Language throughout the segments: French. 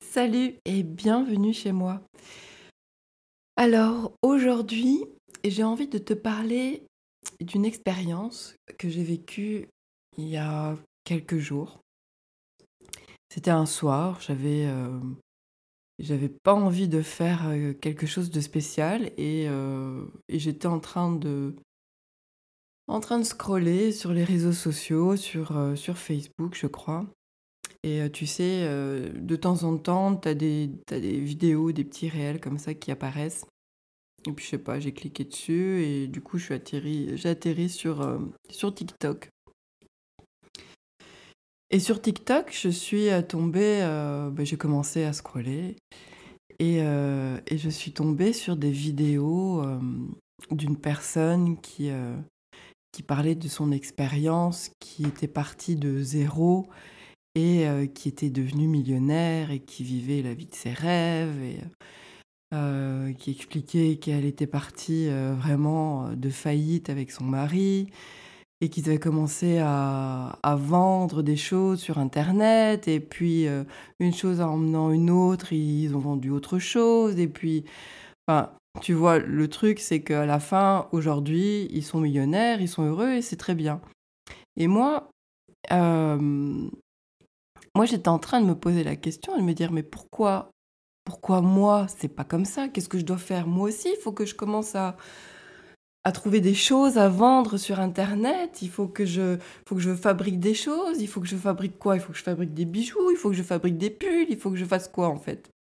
Salut et bienvenue chez moi. Alors aujourd'hui, j'ai envie de te parler d'une expérience que j'ai vécue il y a quelques jours. C'était un soir, j'avais pas envie de faire quelque chose de spécial et j'étais en train de scroller sur les réseaux sociaux, sur Facebook, je crois. Et tu sais, de temps en temps, t'as des vidéos, des petits réels comme ça qui apparaissent. Et puis je sais pas, j'ai cliqué dessus et du coup j'ai atterri sur TikTok. Et sur TikTok, je suis tombée, j'ai commencé à scroller et je suis tombée sur des vidéos d'une personne qui parlait de son expérience, qui était partie de zéro et qui était devenue millionnaire et qui vivait la vie de ses rêves et qui expliquait qu'elle était partie vraiment de faillite avec son mari et qu'ils avaient commencé à vendre des choses sur internet et puis une chose en emmenant une autre, ils ont vendu autre chose et puis enfin, tu vois, le truc c'est qu'à la fin, aujourd'hui, ils sont millionnaires, ils sont heureux et c'est très bien. Et euh, moi j'étais en train de me poser la question et de me dire mais pourquoi moi, c'est pas comme ça? Qu'est-ce que je dois faire? Moi aussi, il faut que je commence à trouver des choses à vendre sur internet. Il faut que je fabrique des choses. Il faut que je fabrique quoi? Il faut que je fabrique des bijoux, il faut que je fabrique des pulls, il faut que je fasse quoi en fait?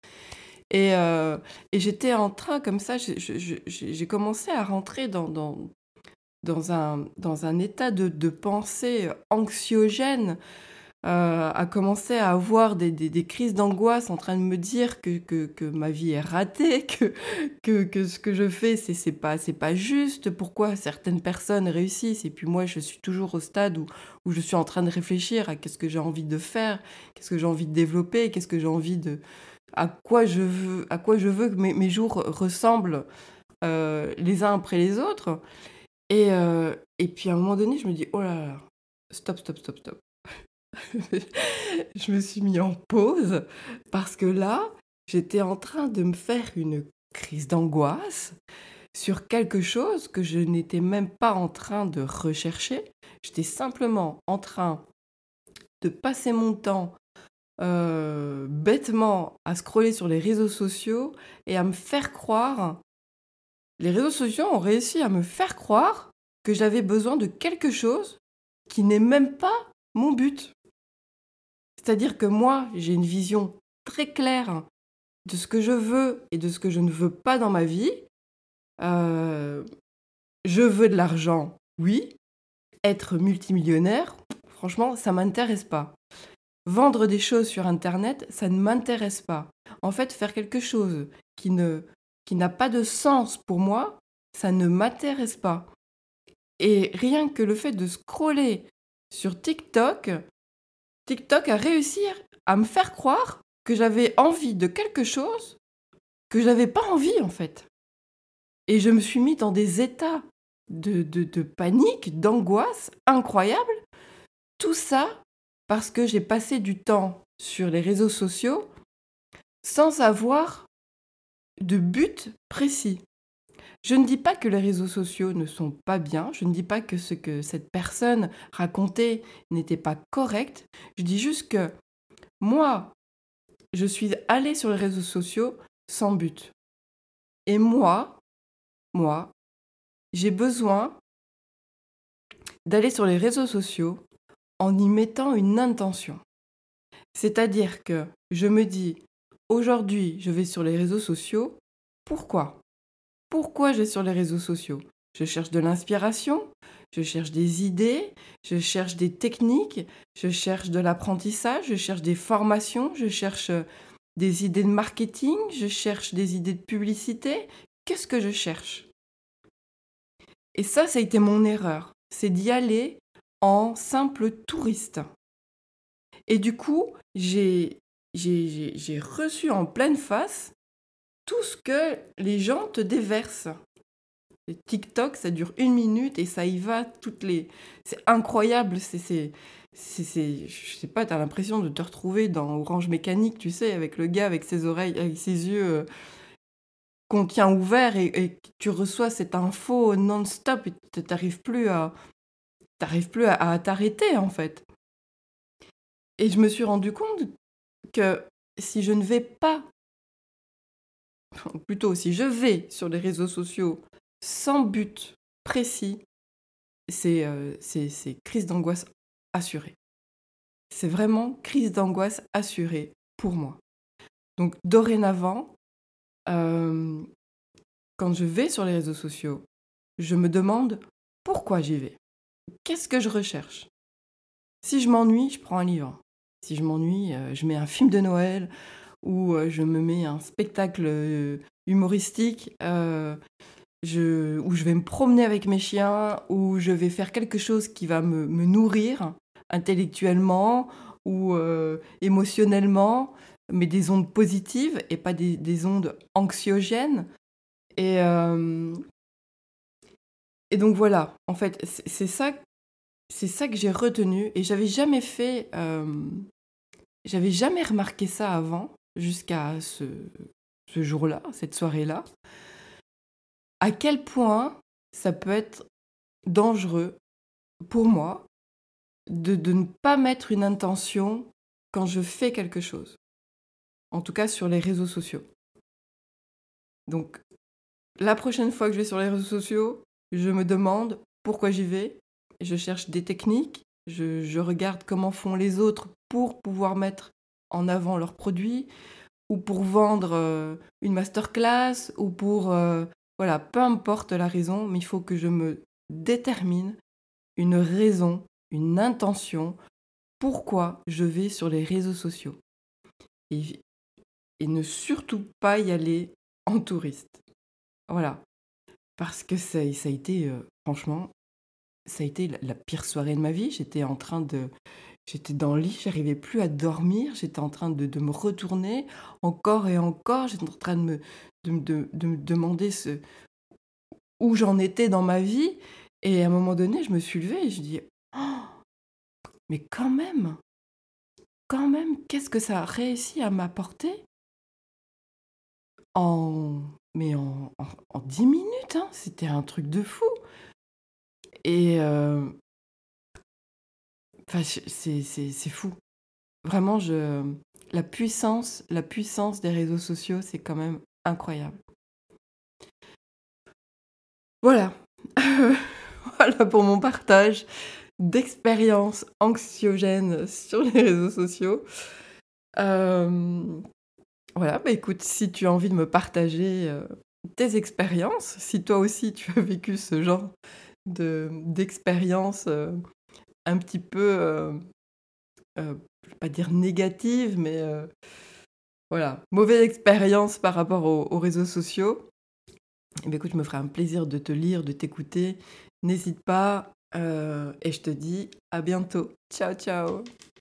Et j'étais en train comme ça, j'ai commencé à rentrer dans un état de pensée anxiogène, à commencer à avoir des crises d'angoisse en train de me dire que ma vie est ratée, que ce que je fais, c'est pas juste, pourquoi certaines personnes réussissent et puis moi, je suis toujours au stade où je suis en train de réfléchir à qu'est-ce que j'ai envie de faire, qu'est-ce que j'ai envie de développer, qu'est-ce que j'ai envie de... à quoi je veux que mes jours ressemblent les uns après les autres. Et puis à un moment donné, je me dis, oh là là, stop, stop, stop, stop. Je me suis mis en pause parce que là, j'étais en train de me faire une crise d'angoisse sur quelque chose que je n'étais même pas en train de rechercher. J'étais simplement en train de passer mon temps bêtement à scroller sur les réseaux sociaux et à me faire croire. Les réseaux sociaux ont réussi à me faire croire que j'avais besoin de quelque chose qui n'est même pas mon but. C'est-à-dire que moi, j'ai une vision très claire de ce que je veux et de ce que je ne veux pas dans ma vie. Euh, je veux de l'argent, oui. Être multimillionnaire, franchement, ça m'intéresse pas. Vendre des choses sur Internet, ça ne m'intéresse pas. En fait, faire quelque chose qui n'a pas de sens pour moi, ça ne m'intéresse pas. Et rien que le fait de scroller sur TikTok, TikTok a réussi à me faire croire que j'avais envie de quelque chose que j'avais pas envie en fait. Et je me suis mis dans des états de panique, d'angoisse incroyables. Tout ça parce que j'ai passé du temps sur les réseaux sociaux sans avoir de but précis. Je ne dis pas que les réseaux sociaux ne sont pas bien, je ne dis pas que ce que cette personne racontait n'était pas correct, je dis juste que moi, je suis allée sur les réseaux sociaux sans but. Et moi, j'ai besoin d'aller sur les réseaux sociaux en y mettant une intention. C'est-à-dire que je me dis, aujourd'hui, je vais sur les réseaux sociaux. Pourquoi? Pourquoi je vais sur les réseaux sociaux? Je cherche de l'inspiration, je cherche des idées, je cherche des techniques, je cherche de l'apprentissage, je cherche des formations, je cherche des idées de marketing, je cherche des idées de publicité. Qu'est-ce que je cherche? Et ça a été mon erreur. C'est d'y aller en simple touriste. Et du coup, j'ai reçu en pleine face tout ce que les gens te déversent. Et TikTok, ça dure 1 minute et ça y va toutes les... C'est incroyable, je sais pas, t'as l'impression de te retrouver dans Orange Mécanique, tu sais, avec le gars avec ses oreilles, avec ses yeux qu'on tient ouverts et tu reçois cette info non-stop et t'arrives plus à t'arrêter en fait. Et je me suis rendu compte que si je ne vais pas, ou plutôt si je vais sur les réseaux sociaux sans but précis, c'est crise d'angoisse assurée. C'est vraiment crise d'angoisse assurée pour moi. Donc dorénavant, euh, quand je vais sur les réseaux sociaux, je me demande pourquoi j'y vais. Qu'est-ce que je recherche? Si je m'ennuie, je prends un livre. Si je m'ennuie, je mets un film de Noël ou je me mets un spectacle humoristique où je vais me promener avec mes chiens, où je vais faire quelque chose qui va me nourrir intellectuellement ou émotionnellement, mais des ondes positives et pas des ondes anxiogènes. Et, euh, et donc voilà, en fait, c'est ça que j'ai retenu et j'avais jamais remarqué ça avant, jusqu'à ce jour-là, cette soirée-là, à quel point ça peut être dangereux pour moi de ne pas mettre une intention quand je fais quelque chose, en tout cas sur les réseaux sociaux. Donc, la prochaine fois que je vais sur les réseaux sociaux, je me demande pourquoi j'y vais, je cherche des techniques, je regarde comment font les autres pour pouvoir mettre en avant leurs produits, ou pour vendre une masterclass, ou pour... voilà, peu importe la raison, mais il faut que je me détermine une raison, une intention, pourquoi je vais sur les réseaux sociaux. Et, et ne surtout pas y aller en touriste. Voilà. Parce que ça a été, franchement, ça a été la pire soirée de ma vie. J'étais dans le lit, j'arrivais plus à dormir, j'étais en train de me retourner encore et encore, j'étais en train de me demander où j'en étais dans ma vie. Et à un moment donné, je me suis levée et je dis, oh, mais quand même, qu'est-ce que ça a réussi à m'apporter en, en 10 minutes, hein, c'était un truc de fou. Et c'est fou. Vraiment, la puissance des réseaux sociaux, c'est quand même incroyable. Voilà. Voilà pour mon partage d'expériences anxiogènes sur les réseaux sociaux. Voilà, bah écoute, si tu as envie de me partager tes expériences, si toi aussi tu as vécu ce genre d'expérience un petit peu, je ne vais pas dire négative, mais voilà, mauvaise expérience par rapport aux réseaux sociaux, eh bien, écoute, je me ferai un plaisir de te lire, de t'écouter. N'hésite pas et je te dis à bientôt. Ciao, ciao.